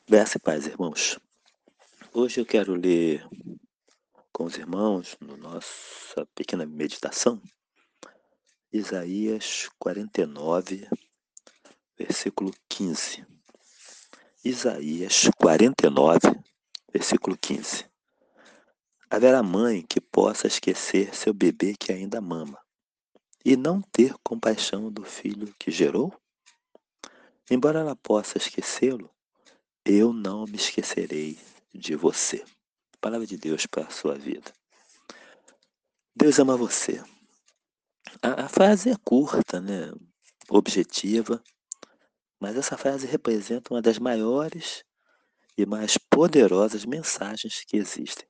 Graça e paz, irmãos. Hoje eu quero ler com os irmãos, no nossa pequena meditação, Isaías 49, versículo 15. Isaías 49, versículo 15. Haverá mãe que possa esquecer seu bebê que ainda mama e não ter compaixão do filho que gerou? Embora ela possa esquecê-lo, eu não me esquecerei de você. Palavra de Deus para a sua vida. Deus ama você. A frase é curta, né? Objetiva, mas essa frase representa uma das maiores e mais poderosas mensagens que existem.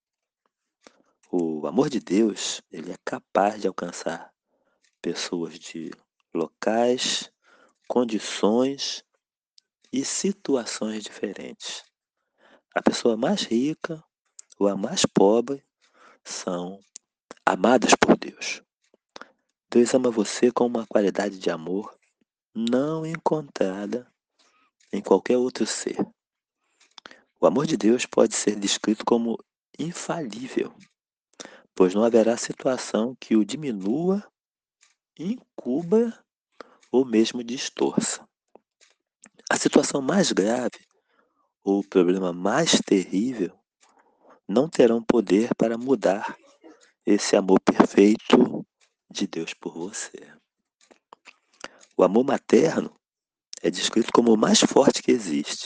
O amor de Deus, ele é capaz de alcançar pessoas de locais, condições e situações diferentes. A pessoa mais rica ou a mais pobre são amadas por Deus. Deus ama você com uma qualidade de amor não encontrada em qualquer outro ser. O amor de Deus pode ser descrito como infalível, pois não haverá situação que o diminua, encubra ou mesmo distorça. A situação mais grave ou o problema mais terrível não terão poder para mudar esse amor perfeito de Deus por você. O amor materno é descrito como o mais forte que existe.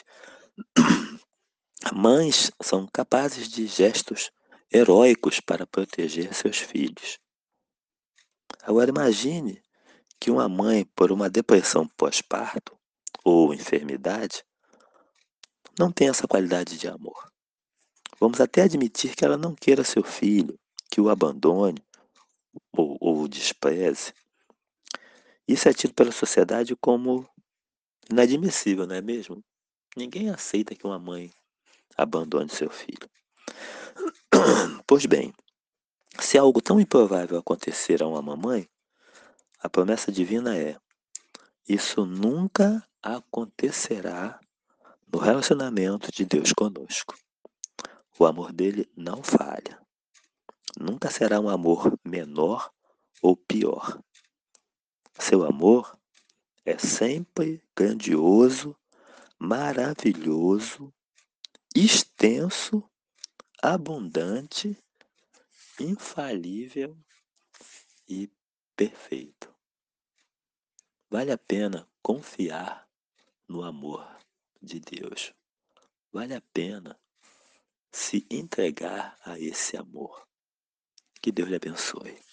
Mães são capazes de gestos heróicos para proteger seus filhos. Agora imagine que uma mãe, por uma depressão pós-parto ou enfermidade, não tem essa qualidade de amor. Vamos até admitir que ela não queira seu filho, que o abandone ou o despreze. Isso é tido pela sociedade como inadmissível, não é mesmo? Ninguém aceita que uma mãe abandone seu filho. Pois bem, se algo tão improvável acontecer a uma mamãe, a promessa divina é: isso nunca acontecerá no relacionamento de Deus conosco. O amor dele não falha. Nunca será um amor menor ou pior. Seu amor é sempre grandioso, maravilhoso, extenso, abundante, infalível e perfeito. Vale a pena confiar no amor de Deus. Vale a pena se entregar a esse amor. Que Deus lhe abençoe.